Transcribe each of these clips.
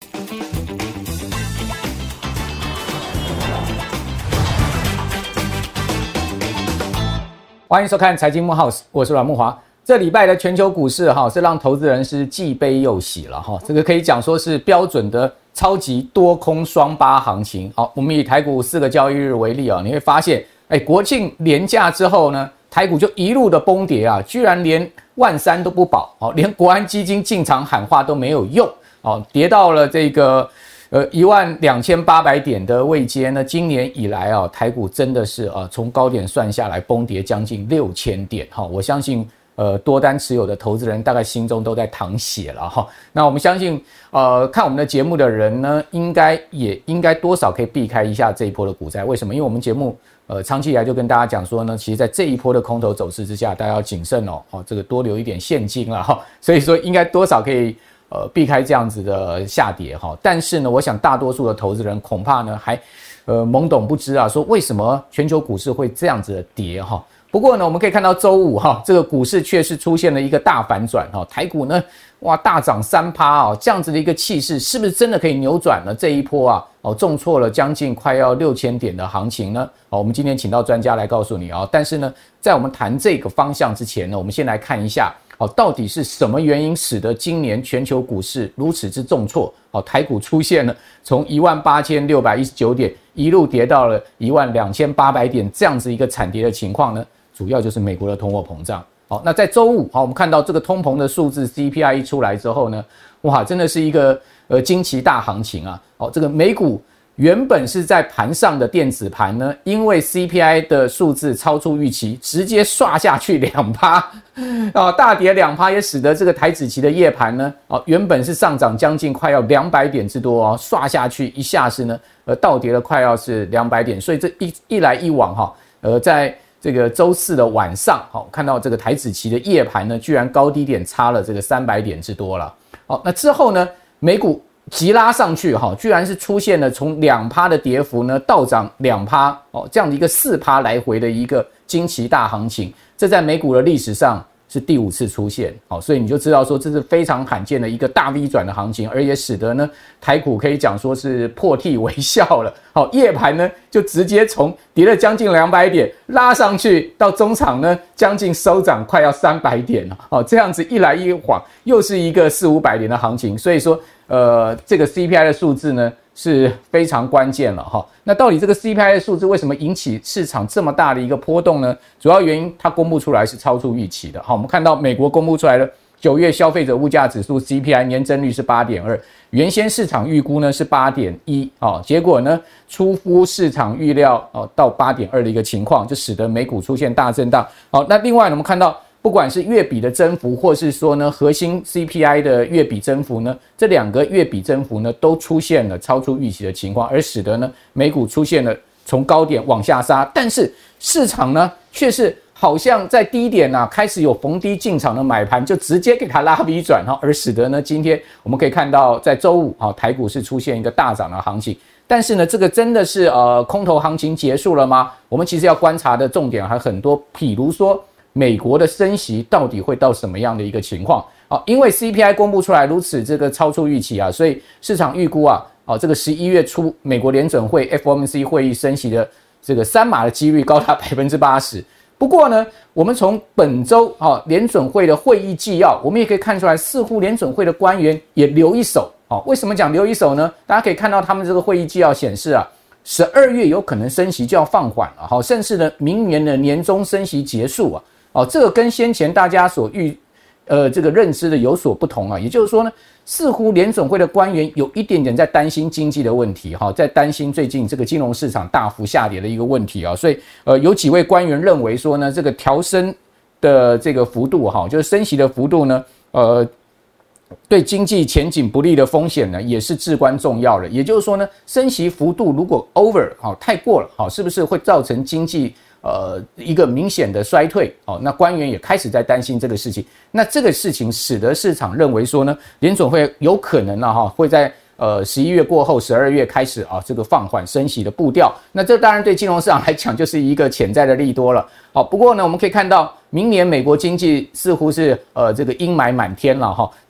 欢迎收看财经木 house， 我是阮木华。这礼拜的全球股市是让投资人是既悲又喜了哈，这个可以讲说是标准的超级多空双巴行情。好，我们以台股4个交易日为例啊，你会发现，国庆连假之后呢，台股就一路的崩跌啊，居然连13000都不保，连国安基金进场喊话都没有用，跌到了这个12800点的位阶呢，今年以来台股真的是从高点算下来崩跌将近6000点我相信多单持有的投资人大概心中都在淌血了那我们相信看我们的节目的人呢，应该多少可以避开一下这一波的股灾。为什么？因为我们节目长期以来就跟大家讲说呢，其实在这一波的空头走势之下，大家要谨慎这个多留一点现金了所以说应该多少可以避开这样子的下跌但是呢，我想大多数的投资人恐怕呢还懵懂不知说为什么全球股市会这样子的跌不过呢，我们可以看到周五这个股市确实出现了一个大反转台股呢大涨3%这样子的一个气势，是不是真的可以扭转了这一波重挫了将近快要6000点的行情呢？我们今天请到专家来告诉你但是呢，在我们谈这个方向之前呢，我们先来看一下到底是什么原因使得今年全球股市如此之重挫台股出现了从18619点一路跌到了12800点这样子一个惨跌的情况呢？主要就是美国的通货膨胀。那在周五我们看到这个通膨的数字 CPI 一出来之后呢，哇，真的是一个惊奇大行情这个美股原本是在盘上的电子盘呢，因为 CPI 的数字超出预期，直接刷下去2%大跌2%，也使得这个台指期的夜盘呢原本是上涨将近快要200点之多刷下去一下是呢倒跌了快要是200点，所以这一来一往在这个周四的晚上看到这个台指期的夜盘呢，居然高低点差了这个300点之多了那之后呢，美股急拉上去居然是出现了从2%的跌幅呢倒涨2%这样的一个4%来回的一个惊奇大行情，这在美股的历史上是第5次出现所以你就知道说这是非常罕见的一个大 V 转的行情，而也使得呢台股可以讲说是破涕为笑了夜盘呢就直接从跌了将近200点拉上去，到中场呢将近收涨快要300点这样子一来一往又是一个400-500点的行情，所以说这个 CPI 的数字呢是非常关键了那到底这个 CPI 的数字为什么引起市场这么大的一个波动呢？主要原因它公布出来是超出预期的我们看到美国公布出来的9月消费者物价指数 CPI 年增率是 8.2%， 原先市场预估呢是 8.1%结果呢出乎市场预料到 8.2% 的一个情况，就使得美股出现大震荡那另外我们看到不管是月比的增幅，或是说呢核心 CPI 的月比增幅呢，这2个月比增幅呢都出现了超出预期的情况，而使得呢美股出现了从高点往下杀，但是市场呢却是好像在低点开始有逢低进场的买盘，就直接给它拉 V 转而使得呢今天我们可以看到在周五台股是出现一个大涨的行情。但是呢这个真的是空头行情结束了吗？我们其实要观察的重点还很多，比如说美国的升息到底会到什么样的一个情况因为 CPI 公布出来如此这个超出预期所以市场预估这个11月初美国联准会 FOMC 会议升息的这个3码的几率高达 80%。 不过呢我们从本周联准会的会议纪要，我们也可以看出来，似乎联准会的官员也留一手为什么讲留一手呢？大家可以看到他们这个会议纪要显示12月有可能升息就要放缓了甚至呢明年的年中升息结束这个跟先前大家所这个认知的有所不同也就是说呢，似乎联准会的官员有一点点在担心经济的问题在担心最近这个金融市场大幅下跌的一个问题所以有几位官员认为说呢，这个调升的这个幅度就是升息的幅度呢对经济前景不利的风险呢也是至关重要的。也就是说呢，升息幅度如果 over 太过了是不是会造成经济一个明显的衰退那官员也开始在担心这个事情。那这个事情使得市场认为说呢，联准会有可能会在11月过后12月开始这个放缓升息的步调。那这当然对金融市场来讲就是一个潜在的利多了。不过呢我们可以看到明年美国经济似乎是这个阴霾满天了这个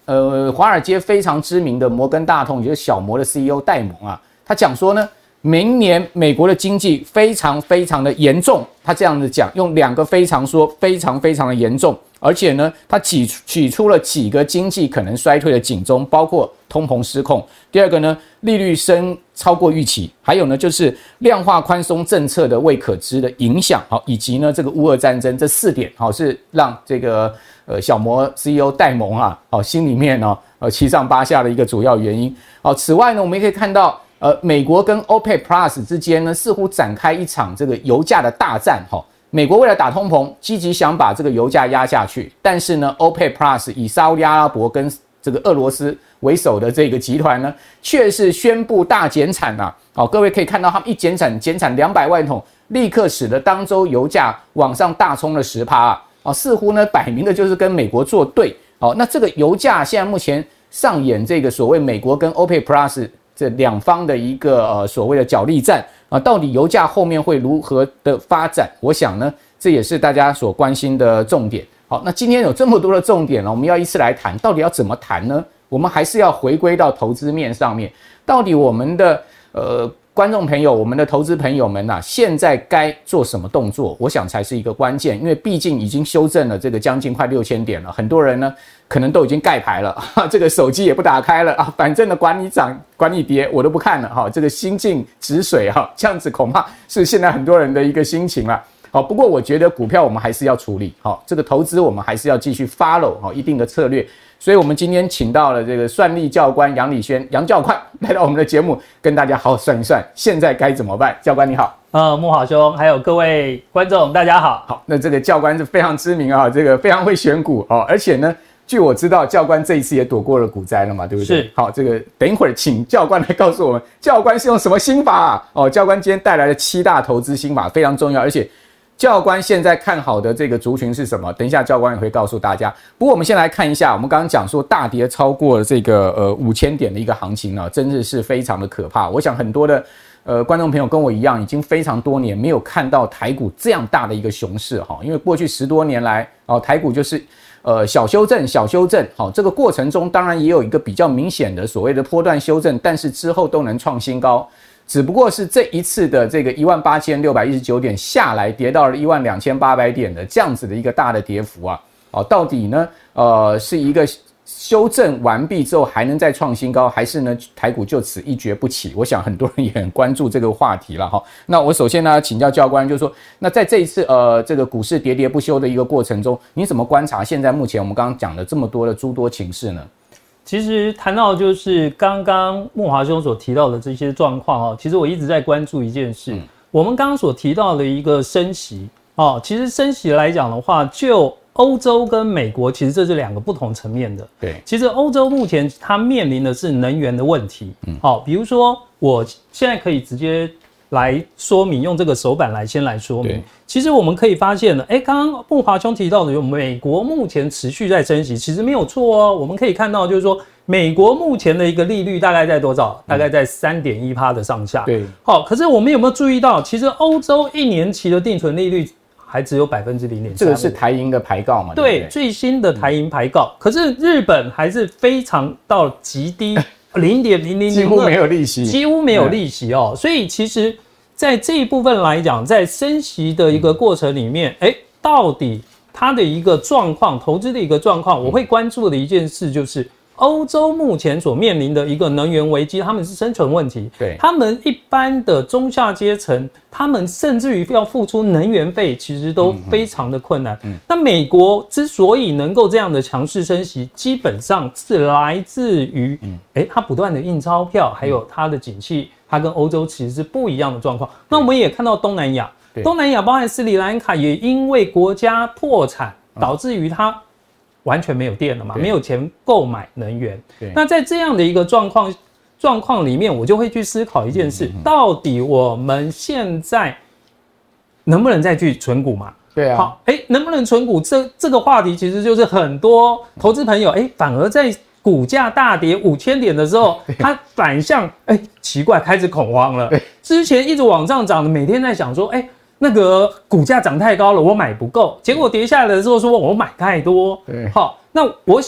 华尔街非常知名的摩根大通，就是小摩的 CEO 戴蒙啊，他讲说呢，明年美国的经济非常非常的严重，他这样子讲，用2个非常说非常非常的严重，而且呢，他举出了几个经济可能衰退的警钟，包括通膨失控，第二个呢，利率升超过预期，还有呢就是量化宽松政策的未可知的影响，好，以及呢这个乌俄战争，这4点好是让这个小摩 CEO 戴蒙啊，好心里面呢七上八下的一个主要原因。好，此外呢，我们也可以看到美国跟 OPEC Plus 之间呢似乎展开一场这个油价的大战哈。美国为了打通膨，积极想把这个油价压下去，但是呢 OPEC Plus 以沙烏地阿拉伯跟这个俄罗斯为首的这个集团呢，却是宣布大减产啊！好，各位可以看到，他们一减产200万桶，立刻使得当周油价往上大冲了10%啊！哦，似乎呢摆明的就是跟美国作对哦。那这个油价现在目前上演这个所谓美国跟 OPEC Plus 这2方的一个所谓的角力战啊，到底油价后面会如何的发展？我想呢，这也是大家所关心的重点。好，那今天有这么多的重点了，我们要一次来谈，到底要怎么谈呢？我们还是要回归到投资面上面，到底我们的观众朋友，我们的投资朋友们啊，现在该做什么动作？我想才是一个关键，因为毕竟已经修正了这个将近快6000点了，很多人呢可能都已经盖牌了，这个手机也不打开了啊，反正呢管你涨管你跌我都不看了哈，这个心静止水哈，这样子恐怕是现在很多人的一个心情了。好，不过我觉得股票我们还是要处理，好，这个投资我们还是要继续 follow 好一定的策略。所以我们今天请到了这个算力教官杨礼轩杨教官来到我们的节目，跟大家好好算一算现在该怎么办。教官你好。 慕骅兄还有各位观众大家好。 好，那这个教官是非常知名啊，这个非常会选股哦，而且呢据我知道教官这一次也躲过了股灾了嘛，对不对？ 是。 好，这个等一会儿请教官来告诉我们教官是用什么心法啊？哦，教官今天带来了7大投资心法，非常重要，而且教官现在看好的这个族群是什么？等一下教官也会告诉大家。不过我们先来看一下，我们刚刚讲说大跌超过这个5000点的一个行情呢，真的是非常的可怕。我想很多的观众朋友跟我一样，已经非常多年没有看到台股这样大的一个熊市哈，因为过去10多年来台股就是小修正，好，这个过程中当然也有一个比较明显的所谓的波段修正，但是之后都能创新高。只不过是这一次的这个18619点下来，跌到了12800点的这样子的一个大的跌幅啊，到底呢是一个修正完毕之后还能再创新高，还是呢台股就此一蹶不起？我想很多人也很关注这个话题了哈。那我首先呢请教教官，就是说，那在这一次这个股市喋喋不休的一个过程中，你怎么观察现在目前我们刚刚讲的这么多的诸多情势呢？ 其实谈到就是刚刚慕骅兄所提到的这些状况其实我一直在关注一件事，我们刚刚所提到的一个升息其实升息来讲的话，就欧洲跟美国其实这是2个不同层面的。 对， 其实欧洲目前它面临的是能源的问题。比如说我现在可以直接来说明，用这个手板来先来说明。其实我们可以发现呢，刚刚慕骅兄提到的，美国目前持续在升息，其实没有错哦。我们可以看到，就是说美国目前的一个利率大概在多少？大概在3.1% 的上下。 对， 好，可是我们有没有注意到，其实欧洲1年期的定存利率还只有 0.35%， 这个是台银的牌告嘛？ 对，最新的台银牌告。可是日本还是非常到极低0.0002， 几乎没有利息， 几乎没有利息哦。所以其实在这一部分来讲，在升息的一个过程里面，到底它的一个状况，投资的一个状况，我会关注的一件事就是欧洲目前所面临的一个能源危机，他们是生存问题。 对， 他们一般的中下阶层，他们甚至于要付出能源费，其实都非常的困难。那美国之所以能够这样的强势升息，基本上是来自于它不断的印钞票，还有它的景气，它跟欧洲其实是不一样的状况。那我们也看到东南亚，包含斯里兰卡，也因为国家破产，导致于它完全没有电了嘛，没有钱购买能源。那在这样的一个状况里面，我就会去思考一件事，到底我们现在能不能再去存股嘛？ 对啊， 好，能不能存股？这个话题其实就是很多投资朋友，反而在股价大跌5000点的时候，他反向，奇怪，开始恐慌了。之前一直往上涨的，每天在想说，那个股价涨太高了，我买不够，结果跌下来的时候说我买太多。好，那我想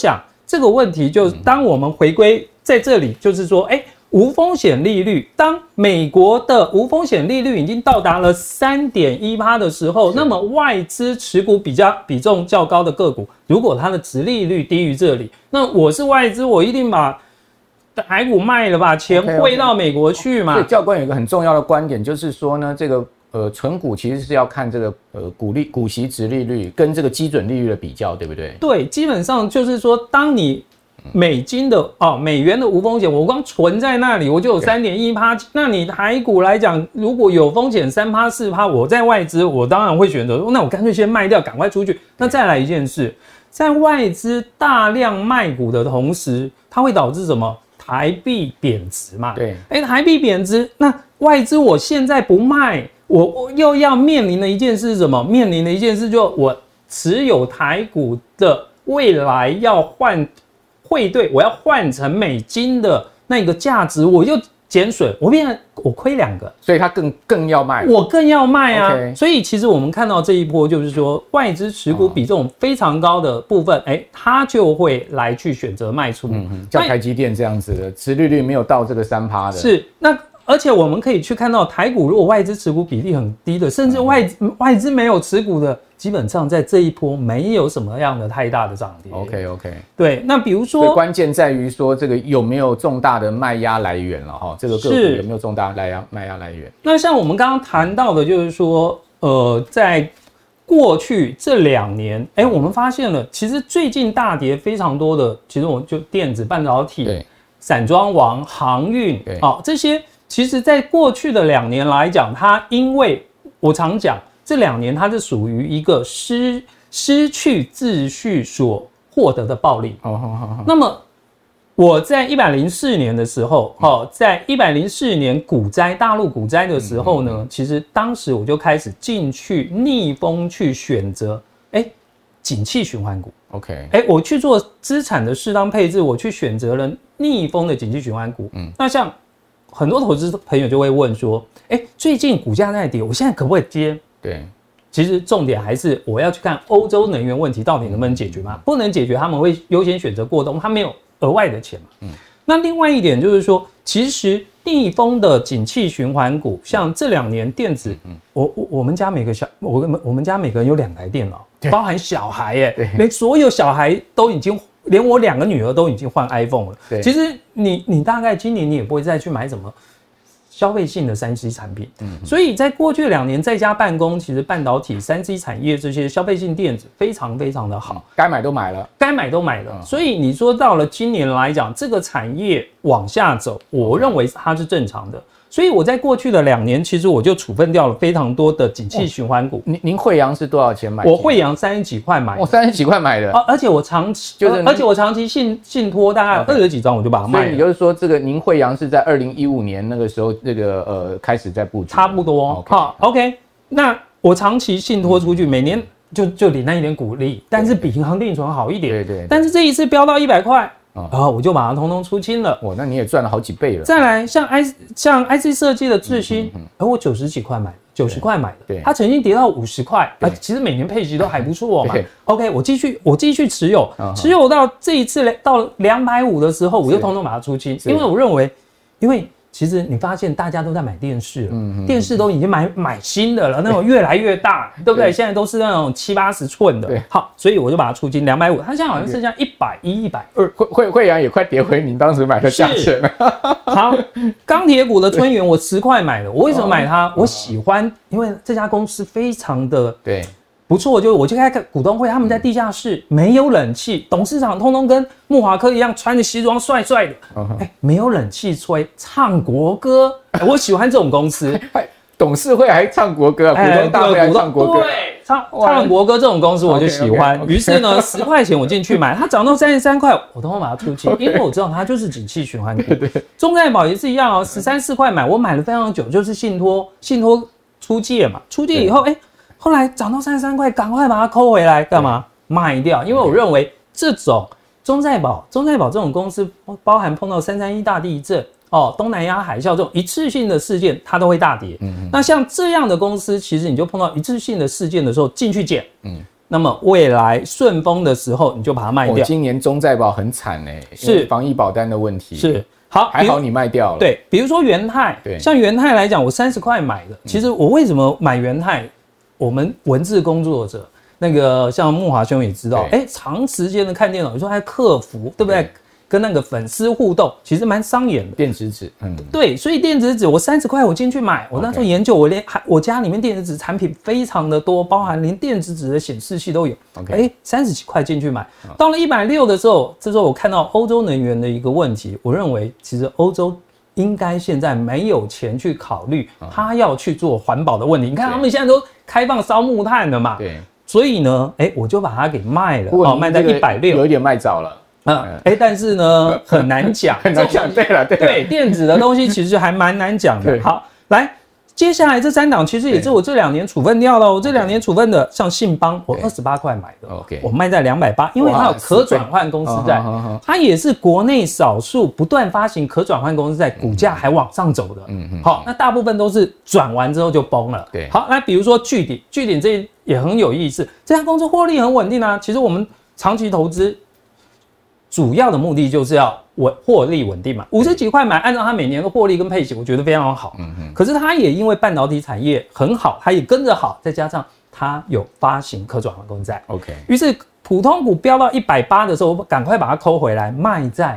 这个问题就当我们回归在这里，就是说，无风险利率，当美国的无风险利率已经到达了 3.1% 的时候，那么外资持股比重较高的个股，如果它的殖利率低于这里，那我是外资，我一定把台股卖了，把钱汇到美国去嘛。 所以教官有一个很重要的观点，就是说呢，这个存股其实是要看这个股息殖利率跟这个基准利率的比较，对不对？ 对，基本上就是说，当你美元的无风险，我光存在那里我就有 3.1%， 那你台股来讲，如果有风险 3%、4%， 我在外资，我当然会选择，那我干脆先卖掉，赶快出去。那再来一件事，在外资大量卖股的同时，它会导致什么？台币贬值嘛。 对， 台币贬值，那外资我现在不卖，我又要面临的一件事是什么？面临的一件事就我持有台股的未来要汇兑，我要换成美金的那个价值，我又减损，我亏2个， 所以他更要卖， 我更要卖啊。 Okay. 所以其实我们看到这一波，就是说外资持股比重非常高的部分，它就会来去选择卖出。 像台积电这样子的，殖利率没有到这个3%的， 是那。而且我们可以去看到台股，如果外资持股比例很低的，甚至外资没有持股的，基本上在这一波没有什么样的太大的涨跌。 OK， 对，那比如说， 所以关键在于说这个有没有重大的卖压来源了哈，这个个股有没有重大卖压来源？ 那像我们刚刚谈到的，就是说，在过去这2年，我们发现了，其实最近大跌非常多的，其实我们就电子、半导体、散装网、航运，这些。其实，在过去的2年来讲，它因为我常讲，这2年它是属于一个失去秩序所获得的暴利。那么我在104年的时候，在104年大陆股灾的时候呢，其实当时我就开始进去逆风去选择，景气循环股。 OK， 我去做资产的适当配置，我去选择了逆风的景气循环股。那像很多投资朋友就会问说，最近股价在跌，我现在可不可以接？ 对， 其实重点还是我要去看欧洲能源问题到底能不能解决嘛？不能解决，他们会优先选择过冬，他没有额外的钱嘛。那另外一点就是说，其实逆风的景气循环股，像这2年电子，我们家每个我们家每个人有2台电脑，包含小孩连所有小孩都已经。连我2个女儿都已经换 iPhone 了。其实你大概今年你也不会再去买什么消费性的 3C 产品。所以在过去2年在家办公，其实半导体、3C 产业这些消费性电子非常非常的好， 该买都买了。 所以你说到了今年来讲，这个产业往下走，我认为它是正常的。所以我在过去的2年，其实我就处分掉了非常多的景气循环股。 您慧洋是多少钱买？ 我慧洋30几块买 ，30几块买的。 而且我长期信托大概20几张我就把它卖了。 所以你就是说，这个您慧洋是在2015年那个时候，这个开始在布局， 差不多。好 ，OK。那我长期信托出去，每年就领那一点股利，但是比银行定存好一点。对。但是这一次飙到100块。我就把它通通出清了。 那你也赚了好几倍了。 再来，像 IC 设计的智新，我90几块买，90块买的，它曾经跌到50块，其实每年配息都还不错嘛。OK， 我继续持有，持有到这一次到250的时候，我就通通把它出清，因为我认为，其实你发现大家都在买电视了，电视都已经买新的了，那种越来越大，对不对？现在都是那种70、80寸的。好，所以我就把它出清250，它现在好像剩下110、120。 慧洋也快跌回您当时买的价钱了。 好，钢铁股的春源我10块买的，我为什么买它？我喜欢，因为这家公司非常的不错，我去开股东会，他们在地下室没有冷气，董事长通通跟木华科一样穿着西装帅帅的，没有冷气吹，唱国歌，我喜欢这种公司。 董事会还唱国歌，股东大会还唱国歌， 对，唱国歌这种公司我就喜欢。于是呢，10块钱我进去买，它涨到33块，我通通把它出清，因为我知道它就是景气循环股。中概保也是一样13、14块买，我买了非常久，就是信托出借嘛，出借以后，后来涨到33块，赶快把它抠回来，干嘛？卖掉，因为我认为这种中概保这种公司，包含碰到331大地震、东南亚海啸这种一次性的事件，它都会大跌。那像这样的公司，其实你就碰到一次性的事件的时候，进去捡， 那么未来顺风的时候你就把它卖掉。 今年中再保很惨是防疫保单的问题。 是。好， 还好你卖掉了。 对，比如说元泰，像元泰来讲，我30块买的。其实我为什么买元泰？我们文字工作者，那个像木华兄也知道，长时间的看电脑，有时候还客服，对不对？跟那个粉丝互动，其实蛮伤眼的。 电子纸， 对，所以电子纸我30块我进去买，我那时候研究，我家里面电子纸产品非常的多，包含连电子纸的显示器都有。30几块进去买，到了160的时候，这时候我看到欧洲能源的一个问题，我认为其实欧洲应该现在没有钱去考虑，他要去做环保的问题。你看他们现在都开放烧木炭了嘛， 对， 所以呢，我就把它给卖了，卖在160， 有一点卖早了。 但是呢，很难讲， 很难讲。对， 电子的东西其实还蛮难讲的。好，来，接下来这3档其实也是我这2年处分掉了。我这2年处分的，像信邦，我28块买的，我卖在280，因为它有可转换公司债，它也是国内少数不断发行可转换公司债，股价还往上走的。好，那大部分都是转完之后就崩了。 对， 好，来，比如说巨鼎这也很有意思，这家公司获利很稳定啊。其实我们长期投资主要的目的就是要获利稳定嘛，50几块买，按照它每年的获利跟配息，我觉得非常好。可是它也因为半导体产业很好，它也跟着好，再加上它有发行可转换公司债。于是普通股飙到180的时候，我赶快把它抠回来，卖在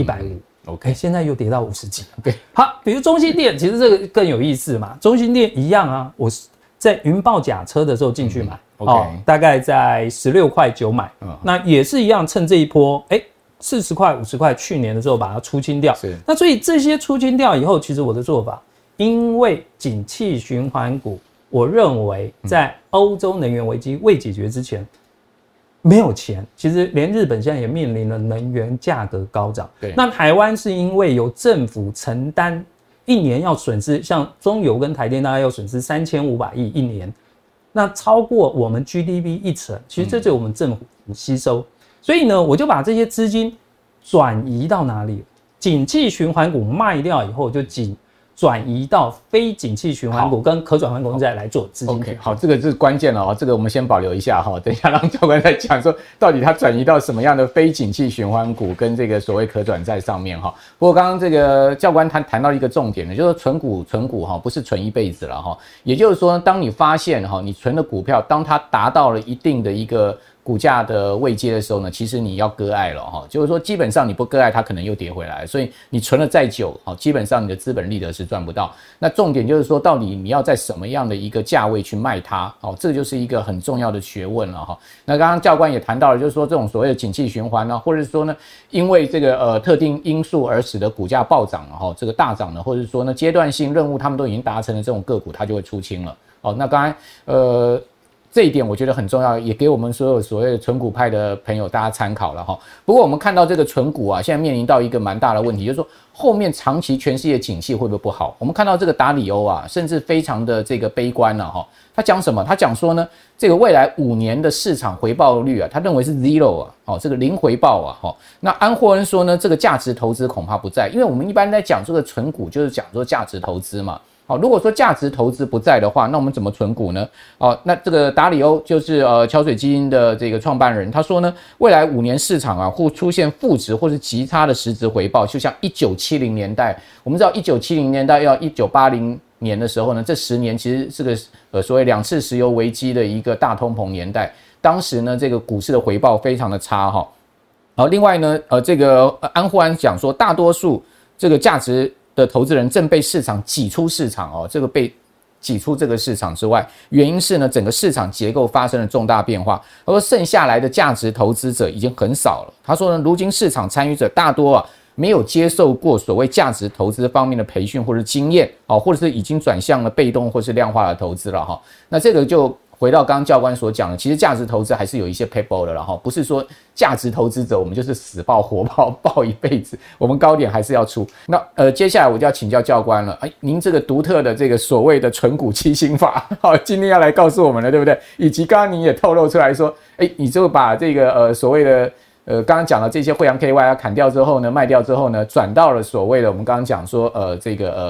150。现在又跌到50几了。 对， 好，比如中兴电，其实这个更有意思嘛。中兴电一样啊，我在云豹甲车的时候进去买，大概在16块9买，那也是一样，趁这一波，40块50块，去年的时候把它出清掉。那所以这些出清掉以后，其实我的做法，因为景气循环股，我认为在欧洲能源危机未解决之前，没有钱。其实连日本现在也面临了能源价格高涨。那台湾是因为由政府承担一年要损失，像中油跟台电大概要损失3500亿一年，那超过我们 GDP 1成，其实这就是我们政府吸收。所以呢，我就把这些资金转移到哪里？景气循环股卖掉以后，就转移到非景气循环股跟可转换公司债来做资金。 好，这个是关键了这个我们先保留一下等一下让教官再讲说到底它转移到什么样的非景气循环股跟这个所谓可转债上面不过刚刚这个教官谈到一个重点呢，就是存股不是存一辈子了也就是说，当你发现你存的股票，当它达到了一定的一个股价的位阶的时候呢，其实你要割爱了就是说基本上你不割爱，它可能又跌回来，所以你存了再久基本上你的资本利得是赚不到。那重点就是说，到底你要在什么样的一个价位去卖它这就是一个很重要的学问了那刚刚教官也谈到了，就是说这种所谓的景气循环或者是说呢，因为这个特定因素而使得股价暴涨这个大涨呢，或者是说呢阶段性任务他们都已经达成了，这种个股它就会出清了那刚才这一点我觉得很重要，也给我们所有所谓的存股派的朋友大家参考了不过我们看到这个存股现在面临到一个蛮大的问题，就是说后面长期全世界景气会不会不好？我们看到这个达里欧甚至非常的这个悲观他讲什么？他讲说呢，这个未来5年的市场回报率他认为是 zero 这个零回报那安霍恩说呢，这个价值投资恐怕不在，因为我们一般在讲这个存股就是讲说价值投资嘛。如果说价值投资不在的话，那我们怎么存股呢？那这个达里欧就是桥水基金的这个创办人，他说呢，未来5年市场会出现负值或是极差的实质回报，就像1970年代，我们知道1970年代到1980年的时候呢，这10年其实是个所谓2次石油危机的一个大通膨年代，当时呢这个股市的回报非常的差另外呢这个安霍安讲说，大多数这个价值的投资人正被市场挤出市场这个被挤出这个市场之外，原因是呢整个市场结构发生了重大变化，他说剩下来的价值投资者已经很少了。他说呢，如今市场参与者大多没有接受过所谓价值投资方面的培训或者经验或者是已经转向了被动或是量化的投资了那这个就回到刚刚教官所讲的，其实价值投资还是有一些 paper 的不是说价值投资者我们就是死抱活抱一辈子，我们高点还是要出。那接下来我就要请教教官了，您这个独特的这个所谓的存股7心法今天要来告诉我们了，对不对？以及刚刚你也透露出来说你就把这个所谓的刚刚讲的这些汇阳 KY 砍掉之后呢，卖掉之后呢，转到了所谓的我们刚刚讲说这个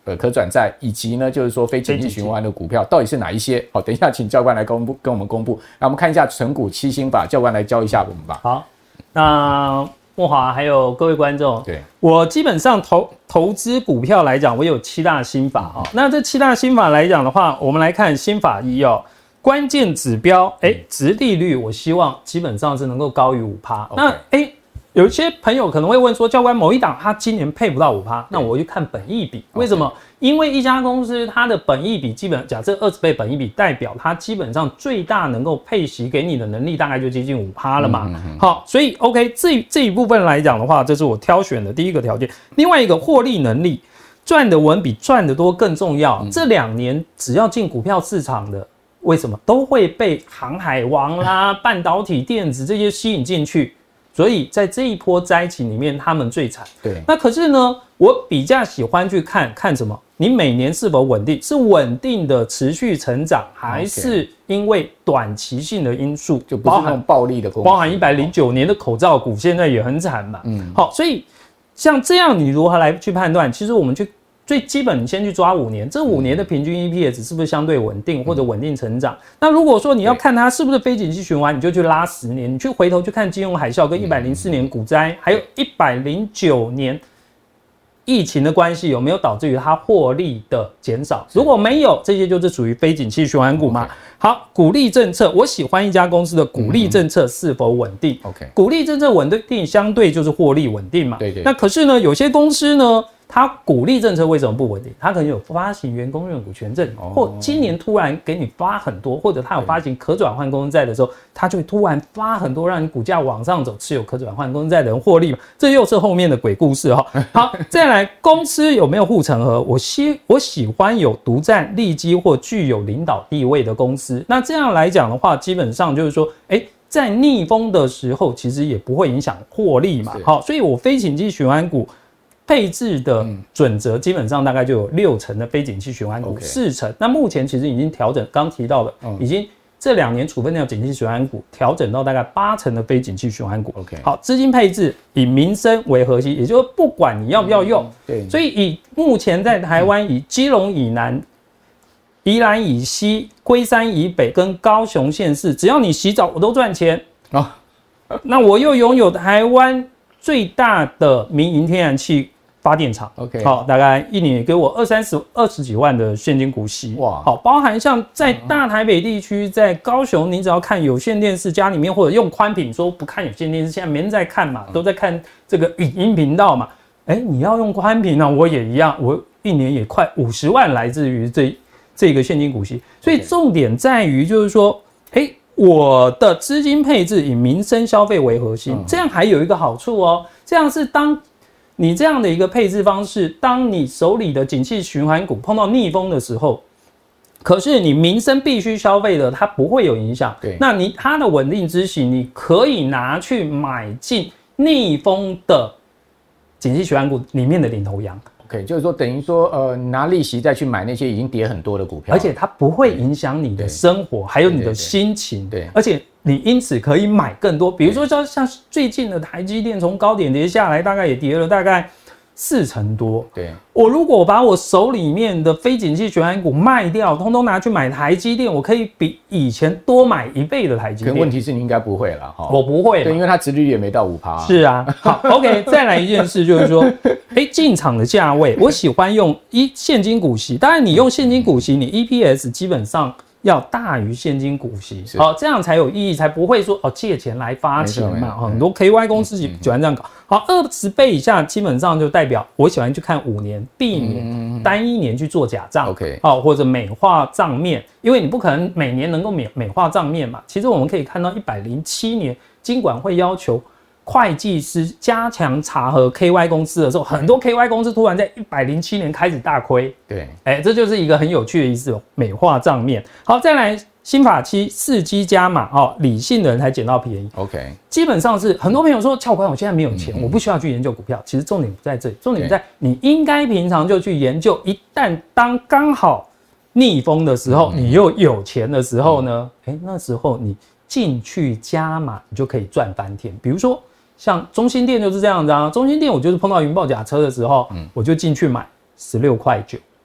可转债，以及呢就是说非景气循环的股票到底是哪一些？好，等一下请教官来跟我们公布。那我们看一下存股7心法，教官来教一下我们吧。 好，那慕骅还有各位观众， 对， 我基本上投资股票来讲，我有7大心法哦。那这7大心法来讲的话，我们来看心法1哦。关键指标，殖利率，我希望基本上是能够高于5%。那有一些朋友可能会问说，教官某一档它今年配不到5%，那我就看本益比。为什么？因为一家公司它的本益比假设20倍本益比，代表它基本上最大能够配息给你的能力大概就接近5%了嘛。好，所以 OK 这一部分来讲的话，这是我挑选的第一个条件。另外一个获利能力，赚得稳比赚得多更重要。这2年只要进股票市场的，为什么都会被航海王啦、半导体、电子这些吸引进去？所以在这一波灾情里面，他们最惨。 对， 那可是呢，我比较喜欢去看什么？你每年是否稳定？是稳定的持续成长，还是因为短期性的因素？ 就不是那种暴利的公司， 包含109年的口罩股现在也很惨嘛。好，所以像这样，你如何来去判断？其实我们最基本，你先去抓5年，这5年的平均 EPS 是不是相对稳定或者稳定成长？那如果说你要看它是不是非景气循环，你就去拉10年，你去回头去看金融海啸跟104年股灾，还有109年疫情的关系有没有导致于它获利的减少？如果没有，这些就是属于非景气循环股嘛。好，股利政策，我喜欢一家公司的股利政策是否稳定。股利政策稳定，相对就是获利稳定嘛。对。那可是呢，有些公司呢，它股利政策为什么不稳定？它可能有发行员工认股权证，或今年突然给你发很多，或者它有发行可转换公司债的时候，它就会突然发很多，让你股价往上走，持有可转换公司债的人获利嘛。这又是后面的鬼故事哈。好，再来，公司有没有护城河？我喜欢有独占利基或具有领导地位的公司。那这样来讲的话，基本上就是说，在逆风的时候，其实也不会影响获利嘛。好，所以我非景气循环股配置的准则基本上大概就有60%的非景气循环股，40%。那目前其实已经调整，刚提到的，已经这2年处分掉景气循环股，调整到大概80%的非景气循环股。好，资金配置以民生为核心，也就是不管你要不要用。所以以目前在台湾，以基隆以南、宜兰以西、龟山以北跟高雄县市，只要你洗澡，我都赚钱。那我又拥有台湾最大的民营天然气发电厂，好，大概1年也给我20几万的现金股息。哇，好，包含像在大台北地区，在高雄，你只要看有线电视，家里面或者用宽频，说不看有线电视，现在没人在看嘛，都在看这个语音频道嘛。你要用宽频啊，我也一样，我1年也快50万来自于这个现金股息。所以重点在于就是说，我的资金配置以民生消费为核心，这样还有一个好处哦，这样是当你这样的一个配置方式，当你手里的景气循环股碰到逆风的时候，可是你民生必须消费的，它不会有影响。那它的稳定之息，你可以拿去买进逆风的景气循环股里面的领头羊。 就是说等于说拿利息再去买那些已经跌很多的股票， 而且它不会影响你的生活，还有你的心情。而且你因此可以买更多。比如说像最近的台积电从高点跌下来，大概也跌了大概40%多。我如果把我手里面的非景气循环股卖掉，通通拿去买台积电，我可以比以前多买1倍的台积电。 可问题是你应该不会啦， 我不会， 对，因为它殖利率也没到5%。 是啊，好 ，OK， 再来一件事就是说，进场的价位，我喜欢用现金股息。当然，你用现金股息，你 EPS 基本上要大于现金股息，好，这样才有意义，才不会说借钱来发钱嘛。很多 KY 公司喜欢这样搞。好，20倍以下基本上就代表我喜欢去看5年，避免单一年去做假账，或者美化账面，因为你不可能每年能够美化账面嘛。其实我们可以看到107年金管会要求会计师加强查核 KY 公司的时候，很多 KY 公司突然在107年开始大亏。这就是一个很有趣的意思，美化账面。好，再来新法7伺机加码，理性的人才捡到便宜。基本上是很多朋友说，教官，我现在没有钱，我不需要去研究股票。其实重点不在这里，重点在你应该平常就去研究。一旦当刚好逆风的时候，你又有钱的时候呢，那时候你进去加码，你就可以赚翻天。比如说像中兴电就是这样子啊，中兴电我就是碰到云豹假车的时候，我就进去买16.9块，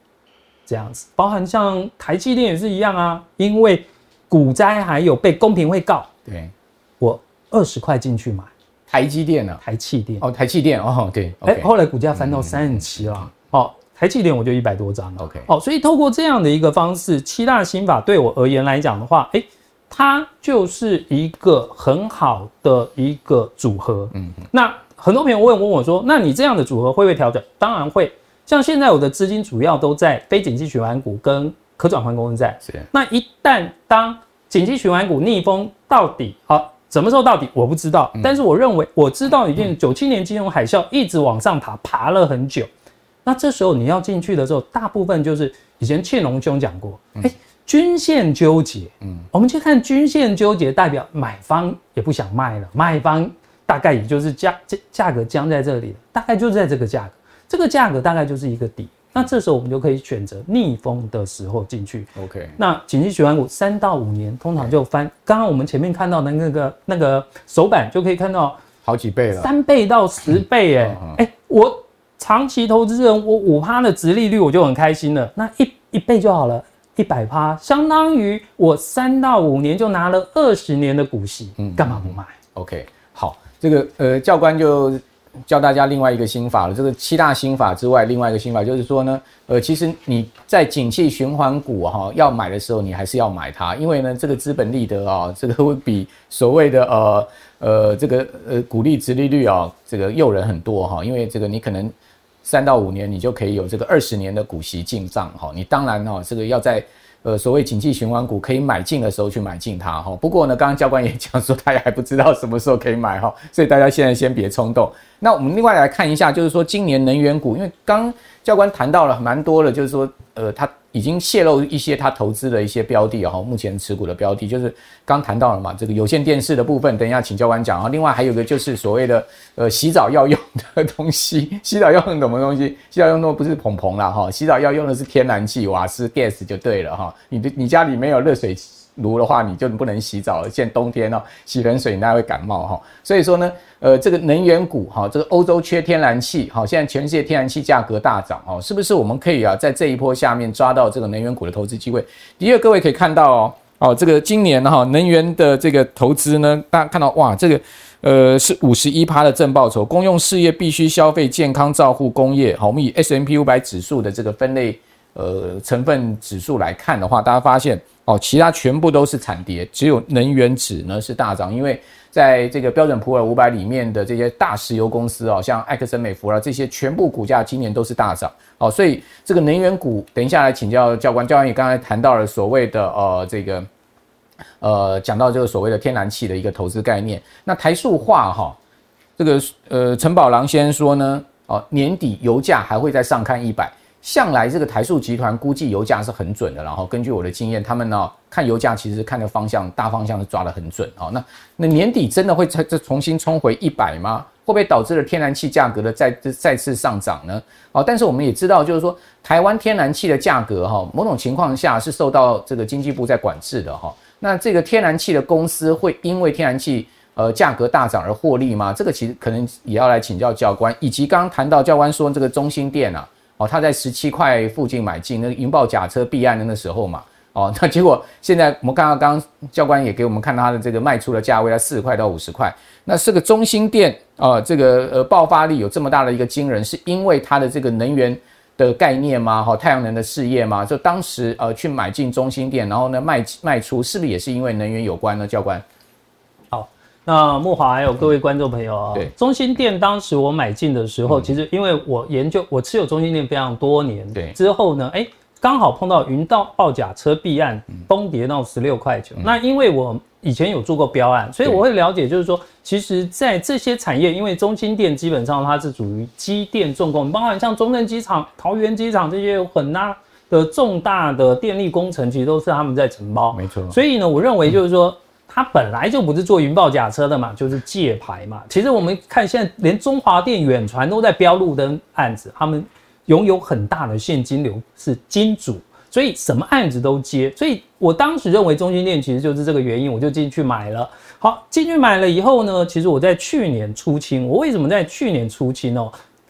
这样子，包含像台积电也是一样啊，因为股灾还有被公平会告， 对， 我20块进去买台积电啊， 台气电哦，台气电哦，对， 后来股价翻到37了，台积电我就100多张了 ，OK， 所以透过这样的一个方式，7大心法对我而言来讲的话，它就是一个很好的一个组合。那很多朋友问我说，那你这样的组合会不会调整？当然会。像现在我的资金主要都在非景气循环股跟可转换公司债。那一旦当景气循环股逆风到底什么时候到底我不知道，但是我认为我知道一件97年金融海啸一直往上爬了很久。那这时候你要进去的时候，大部分就是以前庆隆兄讲过，均线纠结。我们去看均线纠结，代表买方也不想卖了，卖方大概也就是价格僵在这里了，大概就是在这个价格。这个价格大概就是一个底，那这时候我们就可以选择逆风的时候进去。 OK， 那景气循环股3到5年通常就翻，刚刚我们前面看到的那个手板就可以看到好几倍了 ，3倍到10倍我长期投资人我5%的殖利率我就很开心了，那一倍就好了，100%相当于我3到5年就拿了20年的股息，干嘛不买 ？OK， 好，这个教官就教大家另外一个心法了，这个7大心法之外，另外一个心法就是说呢，其实你在景气循环股要买的时候，你还是要买它，因为呢，这个资本利得这个会比所谓的这个股利殖利率这个诱人很多因为这个你可能3到5年你就可以有这个20年的股息进账你当然这个要在所谓景气循环股可以买进的时候去买进它不过呢，刚刚教官也讲说他也还不知道什么时候可以买所以大家现在先别冲动。那我们另外来看一下，就是说今年能源股，因为刚教官谈到了蛮多的，就是说他已经泄露一些他投资的一些标的目前持股的标的，就是刚谈到了嘛，这个有线电视的部分，等一下请教官讲另外还有一个就是所谓的洗澡要用的东西，洗澡要用什么东西？洗澡用的不是蓬蓬啦洗澡要用的是天然气、瓦斯、gas 就对了你家里没有热水炉的话，你就不能洗澡了。现在冬天洗冷水那会感冒所以说呢，这个能源股这个欧洲缺天然气现在全世界天然气价格大涨是不是我们可以在这一波下面抓到这个能源股的投资机会？的确，各位可以看到这个今年能源的这个投资呢，大家看到哇，这个是51%的正报酬，公用事业、必须消费、健康照护、工业我们以 S&P 500指数的这个分类成分指数来看的话，大家发现其他全部都是惨跌，只有能源指呢是大涨，因为在这个标准普尔500里面的这些大石油公司像埃克森美孚这些全部股价今年都是大涨所以这个能源股，等一下来请教教官，教官也刚才谈到了所谓的这个讲到这个所谓的天然气的一个投资概念。那台塑化这个陈宝郎先生说呢年底油价还会再上看100。向来这个台塑集团估计油价是很准的，然后根据我的经验，他们看油价其实看的方向大方向是抓得很准那年底真的会再重新冲回100吗？会不会导致了天然气价格的再次上涨呢？但是我们也知道，就是说台湾天然气的价格某种情况下是受到这个经济部在管制的那这个天然气的公司会因为天然气价格大涨而获利吗？这个其实可能也要来请教教官，以及刚刚谈到教官说这个中兴电他在17块附近买进，那个云豹假车弊案的那时候嘛，那结果现在我们看到刚刚教官也给我们看到他的这个卖出的价位在40块到50块，那这个中兴电这个爆发力有这么大的一个惊人，是因为它的这个能源的概念吗？太阳能的事业吗？就当时去买进中兴电，然后呢卖出，是不是也是因为能源有关呢？教官？ 那慕骅还有各位观众朋友对，中兴电当时我买进的时候，其实因为我持有中兴电非常多年，对，之后呢，刚好碰到云豹假车弊案崩跌到16块9，那因为我以前有做过标案，所以我会了解，就是说，其实在这些产业，因为中兴电基本上它是属于机电重工，包含像中正机场、桃园机场这些很大的重大的电力工程，其实都是他们在承包， 没错。所以呢，我认为就是说。它本来就不是做云豹假车的嘛，就是借牌嘛。其实我们看现在连中华电、远传都在标路灯案子，他们拥有很大的现金流，是金主，所以什么案子都接。所以我当时认为中兴电其实就是这个原因，我就进去买了。好，进去买了以后呢，其实我在去年出清。我为什么在去年出清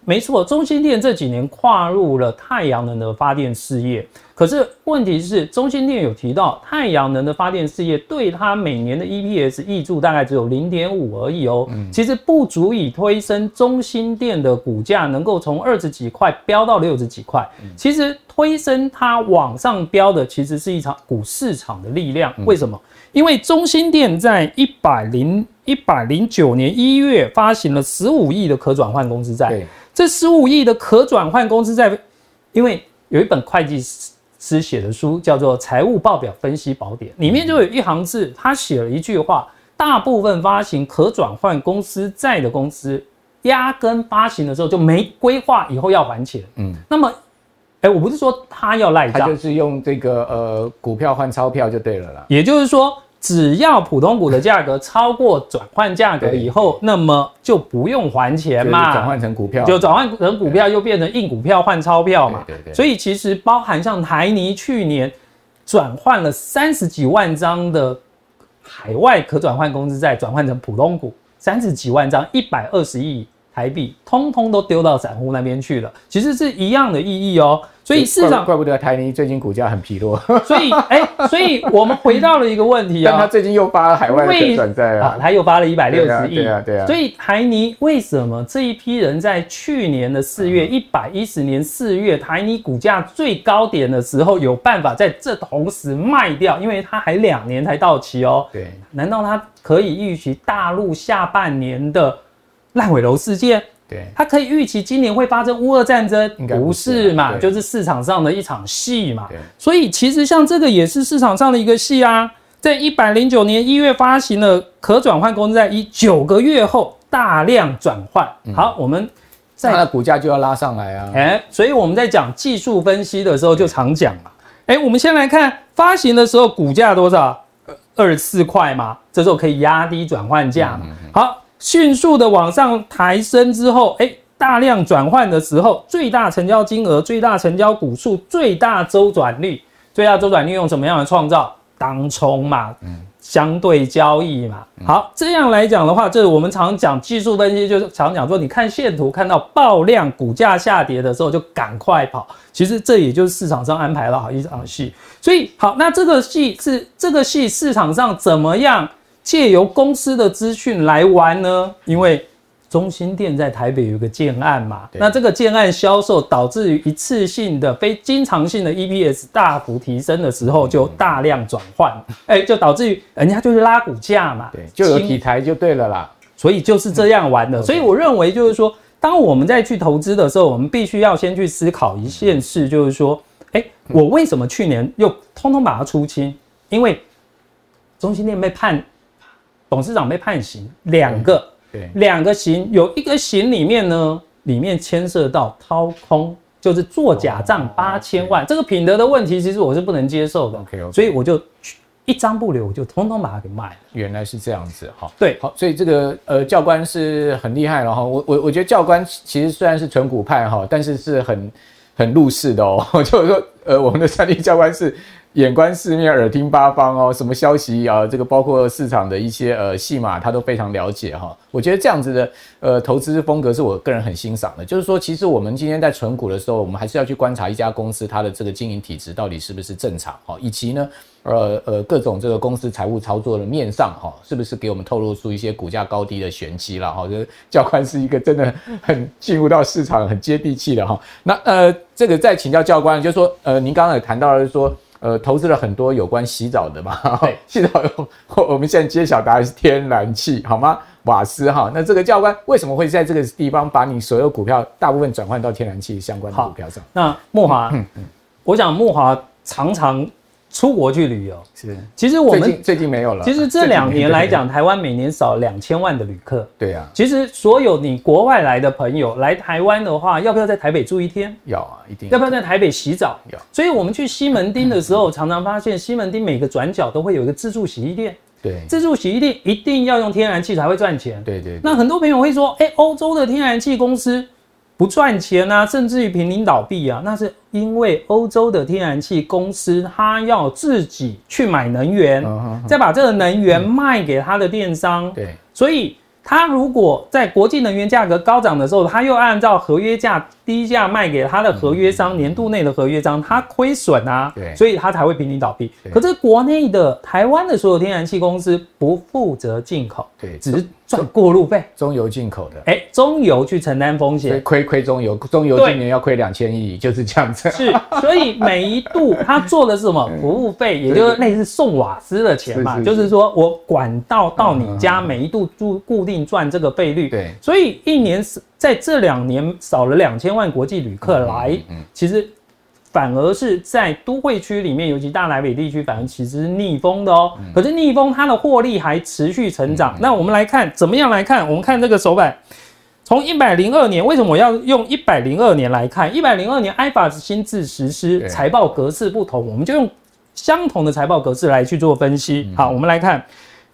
没错，中兴电这几年跨入了太阳能的发电事业，可是问题是，中兴电有提到太阳能的发电事业对它每年的 EPS 挹注大概只有 0.5 而已哦，其实不足以推升中兴电的股价能够从20几块飙到60几块。其实推升它往上飙的其实是一场股市场的力量。为什么？因为中兴电在109年1月发行了15亿的可转换公司债，这15亿的可转换公司债，因为有一本会计师写的书叫做《财务报表分析宝典》，里面就有一行字，他写了一句话：大部分发行可转换公司债的公司，压根发行的时候就没规划以后要还钱。那么，我不是说他要赖账， 他就是用这个股票换钞票就对了啦。 也就是说，只要普通股的价格超过转换价格以后，那么就不用还钱嘛， 转换成股票， 就转换成股票，又变成硬股票换钞票嘛。 对。 所以其实包含像台泥去年转换了30几万张的海外可转换公司债，转换成普通股，30几万张，120亿台币，通通都丢到散户那边去了。其实是一样的意义哦。所以市场怪不得台泥最近股价很疲弱。 所以我们回到了一个问题啊， 但他最近又发了海外可转债啊， 他又发了160亿， 对啊。 所以台泥为什么这一批人在去年的4月，110年4月，台泥股价最高点的时候有办法在这同时卖掉？因为它还2年才到期哦。 对， 难道它可以预期大陆下半年的烂尾楼事件？ 对， 它可以预期今年会发生乌俄战争？不是嘛， 对， 就是市场上的一场戏嘛。所以其实像这个也是市场上的一个戏啊。在109年1月发行的可转换公司债，9个月后大量转换。好，我们它的股价就要拉上来啊。 所以我们在讲技术分析的时候就常讲嘛。我们先来看发行的时候股价多少？24块嘛，这时候可以压低转换价嘛。好。迅速的往上抬升之后，大量转换的时候，最大成交金额、最大成交股数、最大周转率，最大周转率用什么样的创造？当冲嘛，相对交易嘛。好，这样来讲的话，这我们常讲技术分析，就是常讲说，你看线图看到爆量股价下跌的时候，就赶快跑。其实这也就是市场上安排了好一场戏。所以好，那这个戏市场上怎么样？借由公司的资讯来玩呢？因为中兴电在台北有个建案嘛，那这个建案销售导致于一次性的非经常性的 EPS 大幅提升的时候，就大量转换，就导致于人家就是拉股价嘛， 对，就有题材就对了啦。 所以就是这样玩的。所以我认为就是说，当我们在去投资的时候，我们必须要先去思考一件事，就是说，我为什么去年又通通把它出清？因为中兴电被判。董事长被判刑2个刑，有一个刑里面呢，里面牵涉到掏空，就是做假账8000万，这个品德的问题，其实我是不能接受的。所以我就一张不留，我就通通把它给卖了。 原来是这样子哈。 对， 好，所以这个教官是很厉害了哈。我觉得教官其实虽然是纯股派哈，但是是很入世的哦。就是说我们的3立教官是。眼观四面，耳听八方哦，什么消息啊？这个包括市场的一些戏码，他都非常了解哈。我觉得这样子的投资风格是我个人很欣赏的。就是说，其实我们今天在存股的时候，我们还是要去观察一家公司它的这个经营体质到底是不是正常哈，以及呢各种这个公司财务操作的面上哈，是不是给我们透露出一些股价高低的玄机啦哈？就是教官是一个真的很进入到市场很接地气的哈。那这个再请教教官，就是说您刚刚也谈到了说。投资了很多有关洗澡的嘛，洗澡我们现在揭晓答案是天然气，好吗？瓦斯哈。那这个教官为什么会在这个地方把你所有股票大部分转换到天然气相关的股票上？ 那慕骅，我想慕骅常常出国去旅游， 是。 其实我们最近没有了。 其实这2年来讲，台湾每年少2000万的旅客。 对啊。 其实所有你国外来的朋友来台湾的话，要不要在台北住1天？ 要啊，一定。 要不要在台北洗澡？ 要。 所以我们去西门町的时候，常常发现西门町每个转角都会有一个自助洗衣店。 对。 自助洗衣店一定要用天然气才会赚钱。 对。 那很多朋友会说，欧洲的天然气公司不赚钱啊，甚至于濒临倒闭啊，那是因为欧洲的天然气公司它要自己去买能源，再把这个能源卖给它的电商。 对， 所以它如果在国际能源价格高涨的时候，它又按照合约价低价卖给它的合约商，年度内的合约商，它亏损啊，所以它才会濒临倒闭。可是国内的台湾的所有天然气公司不负责进口，只是赚过路费， 中油进口的， 中油去承担风险， 亏中油，中油今年要亏2000亿，就是这样子。 是，所以每一度它做的是什么服务费，也就是类似送瓦斯的钱嘛，就是说我管道到你家每一度固定赚这个费率。 对， 所以一年在这2年少了2000万国际旅客来，其实反而是在都会区里面，尤其大台北地区，反而其实是逆风的哦。可是逆风它的获利还持续成长。那我们来看怎么样来看？我们看这个手板，从102年，为什么我要用102年来看？102年 IFRS 新制实施，财报格式不同，我们就用相同的财报格式来去做分析。好，我们来看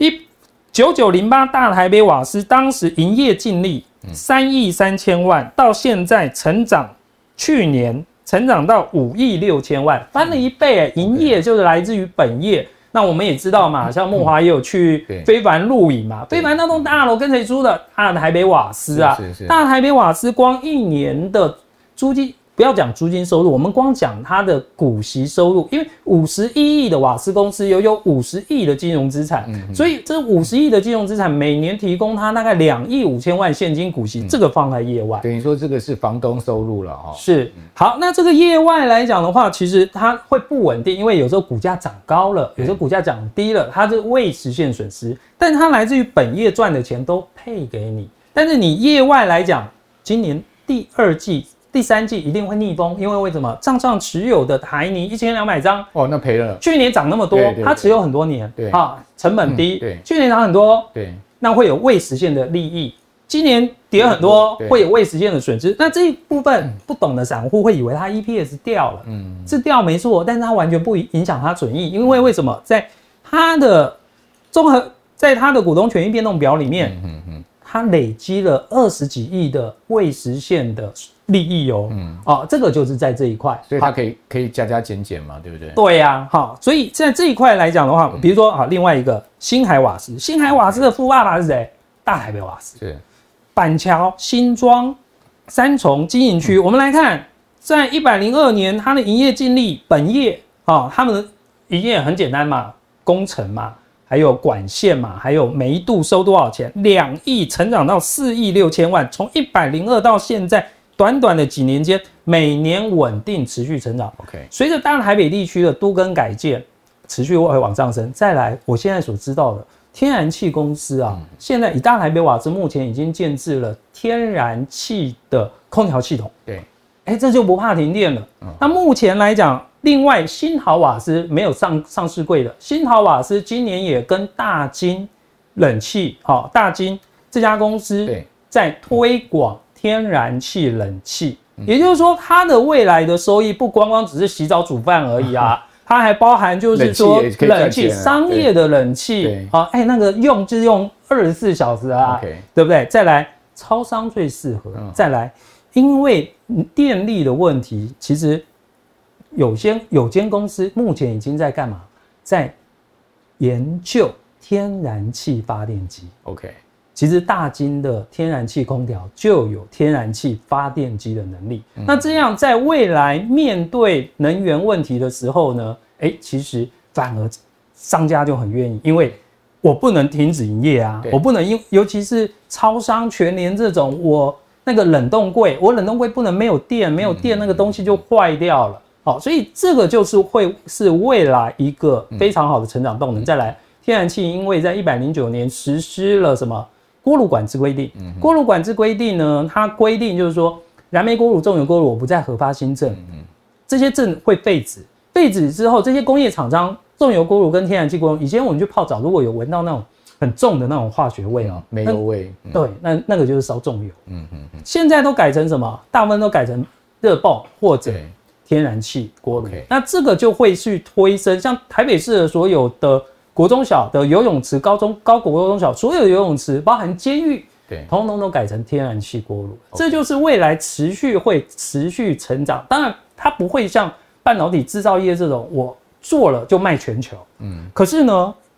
9908大台北瓦斯当时营业净利3亿3千万，到现在成长，去年成长到5亿6千万，翻了1倍。营业就是来自于本业。那我们也知道嘛，像慕骅也有去非凡录影嘛，非凡那栋大楼跟谁租的？大台北瓦斯啊，大台北瓦斯光1年的租金。不要讲租金收入，我们光讲它的股息收入，因为51亿的瓦斯公司有50亿的金融资产，所以这50亿的金融资产每年提供它大概2亿5千万现金股息，这个放在业外， 等于说这个是房东收入了哦。 是，好，那这个业外来讲的话，其实它会不稳定，因为有时候股价涨高了，有时候股价涨低了，它是未实现损失，但它来自于本业赚的钱都配给你，但是你业外来讲，今年第2季。第3季一定会逆风，因为为什么？账上持有的台泥1200张， 那赔了。 去年涨那么多，它持有很多年，成本低，去年涨很多，那会有未实现的利益。今年跌很多，会有未实现的损失。那这一部分不懂的散户会以为它 EPS 掉了，是掉没错，但是它完全不影响它损益，因为为什么？在它的在它的股东权益变动表里面，它累积了20几亿的未实现的利益哦，这个就是在这一块， 所以它可以加减嘛，对不对？ 对呀，好，所以在这一块来讲的话，比如说另外一个新海瓦斯，新海瓦斯的富爸爸是谁？大台北瓦斯，是板桥、新庄、三重经营区。我们来看，在102年，它的营业净利本业他们的营业很简单嘛，工程嘛。还有管线嘛，还有每一度收多少钱？2亿成长到4亿6千万，从102到现在短短的几年间，每年稳定持续成长。随着大台北地区的都更改建，持续会往上升。再来，我现在所知道的天然气公司啊，现在以大台北瓦斯目前已经建置了天然气的空调系统。这就不怕停电了。那目前来讲。另外，新豪瓦斯没有上市柜的，新豪瓦斯今年也跟大金冷气，大金这家公司在推广天然气冷气，也就是说，它的未来的收益不光光只是洗澡煮饭而已啊，它还包含就是说冷气商业的冷气，那个用就是用24小时啊，对不对？再来，超商最适合，再来，因为电力的问题，其实。有间公司目前已经在干嘛？在研究天然气发电机。其实大金的天然气空调就有天然气发电机的能力。那这样在未来面对能源问题的时候呢，其实反而商家就很愿意，因为我不能停止营业啊，我不能尤其是超商、全联这种，我那个冷冻柜不能没有电，那个东西就坏掉了。所以这个就是会是未来一个非常好的成长动能。再来，天然气因为在109年实施了什么锅炉管制规定，锅炉管制规定呢，它规定就是说，燃煤锅炉、重油锅炉我不再核发新证，这些证会废止。废止之后，这些工业厂商重油锅炉跟天然气锅炉，以前我们去泡澡，如果有闻到那种很重的那种化学味煤油味， 对，那个就是烧重油。现在都改成什么？大部分都改成热泵或者天然气锅炉，那这个就会去推升，像台北市的所有的国中小的游泳池、高国高中小所有的游泳池，包含监狱，统统都改成天然气锅炉，这就是未来会持续成长。当然，它不会像半导体制造业这种，我做了就卖全球。可是呢，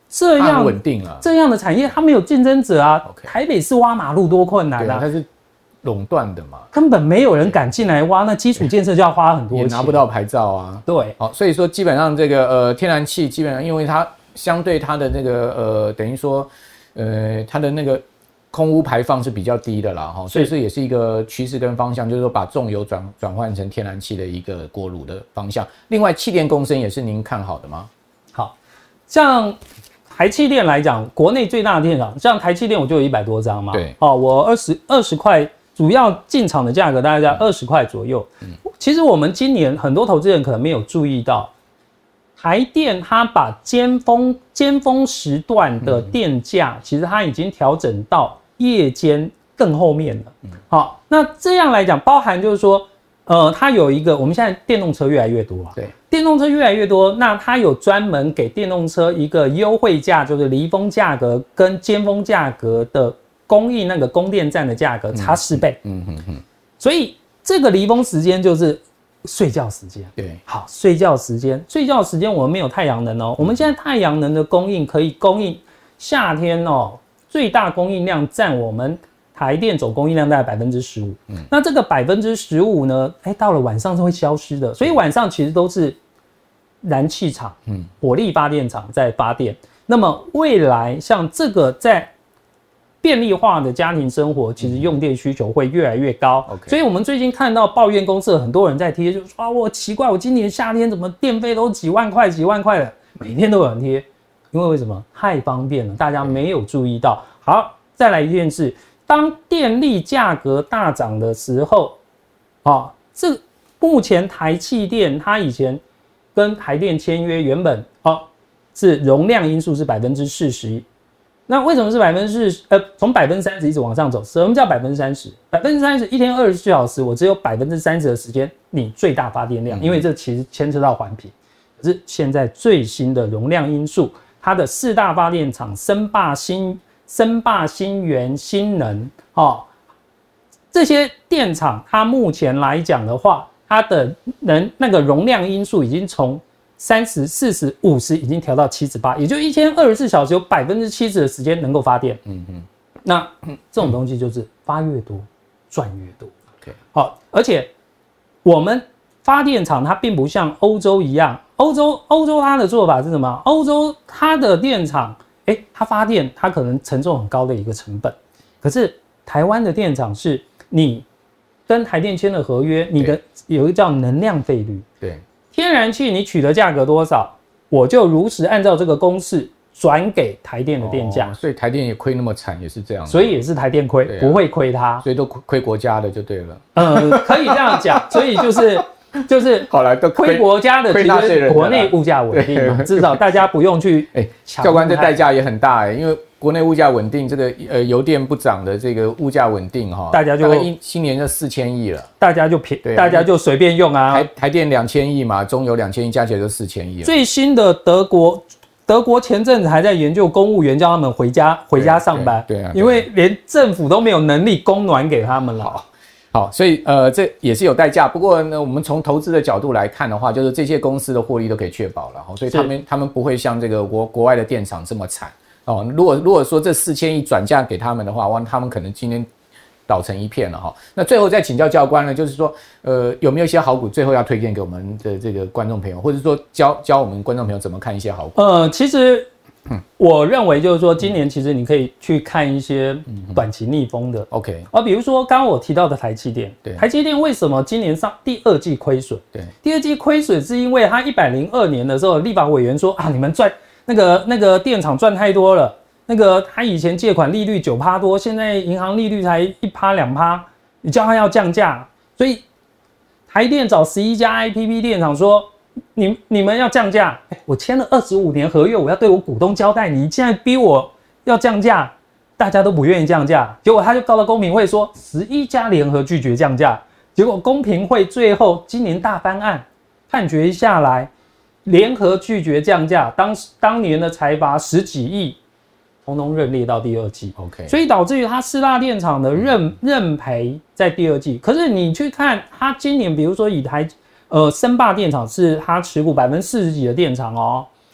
这样稳定了， 这样的产业它没有竞争者啊。 Okay. 台北市挖马路多困难啊， 它是垄断的嘛， 根本没有人敢进来挖，那基础建设就要花很多钱， 也拿不到牌照啊。 对， 好，所以说基本上这个天然气基本上因为它相对它的那个等于说它的那个空污排放是比较低的啦，哈，所以这也是一个趋势跟方向，就是说把重油转换成天然气的一个锅炉的方向。另外，气电共生也是您看好的吗？ 好，像台气电来讲，国内最大的电厂，像台气电我就有100多张嘛， 对， 哦，我20块，主要进场的价格大概在20块左右。其实我们今年很多投资人可能没有注意到，台电它把尖峰时段的电价，其实它已经调整到夜间更后面了。好，那这样来讲，包含就是说，它有一个，我们现在电动车越来越多啊， 对， 电动车越来越多，那它有专门给电动车一个优惠价，就是离峰价格跟尖峰价格的供应那个供电站的价格差4倍。所以这个离峰时间就是睡觉时间。 对， 好，睡觉时间我们没有太阳能哦，我们现在太阳能的供应可以供应夏天哦，最大供应量占我们台电总供应量大概15%。那这个15%呢，到了晚上是会消失的，所以晚上其实都是燃气厂、火力发电厂在发电。那么未来像这个在便利化的家庭生活，其实用电需求会越来越高。所以我们最近看到抱怨公司很多人在贴，就说啊，我奇怪，我今年夏天怎么电费都几万块的，每天都有人贴，因为为什么？太方便了，大家没有注意到。好，再来一件事，当电力价格大涨的时候，这目前台气电它以前跟台电签约原本是容量因素是41%。那为什么是从30%一直往上走？什么叫30%？30%一天24小时，我只有30%的时间你最大发电量，因为这其实牵扯到环评。可是现在最新的容量因素，它的4大发电厂申霸、新源、新能，这些电厂，它目前来讲的话，它的那个容量因素已经从30、40、50已经调到78，也就一天24小时有70%的时间能够发电。那这种东西就是发越多赚越多。好，而且我们发电厂它并不像欧洲一样，欧洲它的做法是什么？欧洲它的电厂，它发电它可能承重很高的一个成本，可是台湾的电厂是你跟台电签了合约，你的有一个叫能量费率。 对。 天然气你取得价格多少，我就如实按照这个公式转给台电的电价。 所以台电也亏那么惨，也是这样。 所以也是台电亏，不会亏它。 所以都亏国家的就对了。 可以这样讲。所以就是好了，都亏国家的，其实国内物价稳定嘛，至少大家不用去。 教官这代价也很大因为国内物价稳定，这个油电不涨的这个物价稳定大家就新年就4000亿了，大家就随便用啊。 台电2000亿嘛，中油2000亿，加起来就4000亿了。 最新的德国前阵子还在研究公务员叫他们回家上班，对啊，因为连政府都没有能力供暖给他们了。 好，所以这也是有代价。不过呢，我们从投资的角度来看的话，就是这些公司的获利都可以确保了，所以他们不会像这个国外的电厂这么惨如果说这4000亿转嫁给他们的话，哇，他们可能今天倒成一片了那最后再请教教官呢，就是说有没有一些好股最后要推荐给我们的这个观众朋友，或者说教我们观众朋友怎么看一些好股？ 其实我认为就是说，今年其实你可以去看一些短期逆风的。 OK， 比如说刚刚我提到的台积电，台积电为什么今年第二季亏损？第二季亏损是因为它102年的时候，立法委员说你们赚那个电厂赚太多了，他以前借款利率9%多，现在银行利率才1%、2%，你叫他要降价，所以台电找11家 IPP 电厂说。你们要降价，我签了25年合约，我要对我股东交代，你现在逼我要降价，大家都不愿意降价，结果他就告到公平会说11家联合拒绝降价，结果公平会最后今年大翻案，判决下来，联合拒绝降价，当年的财阀10几亿，通通认列到第二季。 OK， 所以导致于它4大电厂的认赔在第二季。可是你去看它今年，比如说以申霸电厂是它持股40%几的电厂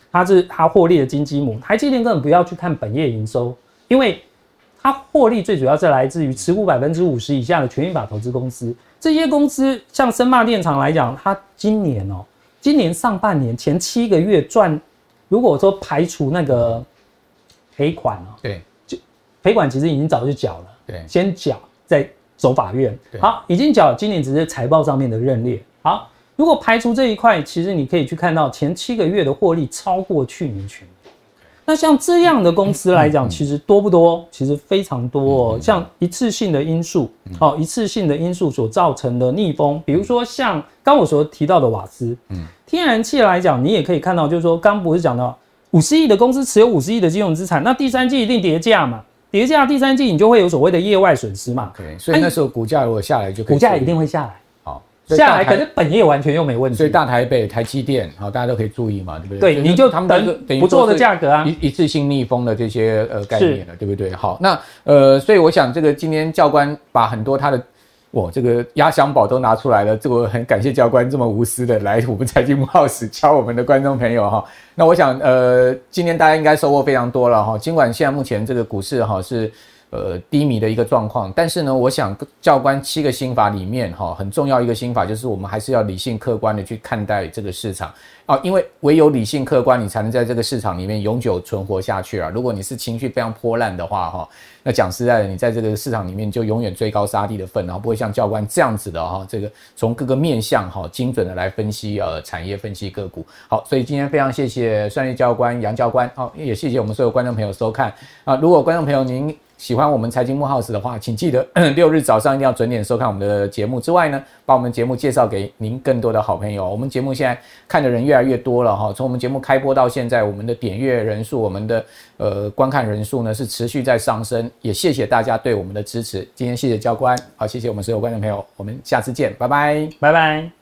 它获利的金鸡母。台积电根本不要去看本业营收，因为它获利最主要是来自于持股50%以下的权益法投资公司。这些公司像森霸电厂来讲，它今年上半年前7个月赚，如果说排除那个赔款对， 赔款其实已经早就缴了， 对， 先缴再走法院。好，已经缴，今年只是财报上面的认列。好，如果排除这一块，其实你可以去看到前7个月的获利超过去年全年。那像这样的公司来讲，其实多不多？其实非常多像一次性的因素，一次性的因素所造成的逆风，比如说像刚我所提到的瓦斯，天然气来讲，你也可以看到，就是说刚不是讲到50亿的公司持有50亿的金融资产，那第三季一定跌价嘛？跌价第三季你就会有所谓的业外损失嘛？ 对，所以那时候股价如果下来就可以， 股价一定会下来。 下来，可是本业完全又没问题， 所以大台北、台积电，好，大家都可以注意嘛，对不对？ 对，你就他们等于不错的价格啊， 一次性逆风的这些概念了，对不对？好，那所以我想这个今天教官把很多他的这个压箱宝都拿出来了，这个很感谢教官这么无私的来我们财经幕后室教我们的观众朋友哈。那我想今天大家应该收获非常多了哈，尽管现在目前这个股市哈是低迷的一个状况，但是呢，我想教官7个心法里面很重要一个心法就是我们还是要理性客观的去看待这个市场因为唯有理性客观，你才能在这个市场里面永久存活下去啊。如果你是情绪非常波烂的话那讲实在的，你在这个市场里面就永远追高杀低的份，然后不会像教官这样子的这个从各个面向精准的来分析产业，分析个股。好，所以今天非常谢谢算利教官杨教官也谢谢我们所有观众朋友收看如果观众朋友您喜欢我们财经幕后室的话，请记得6日早上一定要准点收看我们的节目。之外呢，把我们节目介绍给您更多的好朋友。我们节目现在看的人越来越多了从我们节目开播到现在，我们的点阅人数，我们的观看人数呢是持续在上升。也谢谢大家对我们的支持。今天谢谢教官，好，谢谢我们所有观众朋友，我们下次见，拜拜， 拜拜。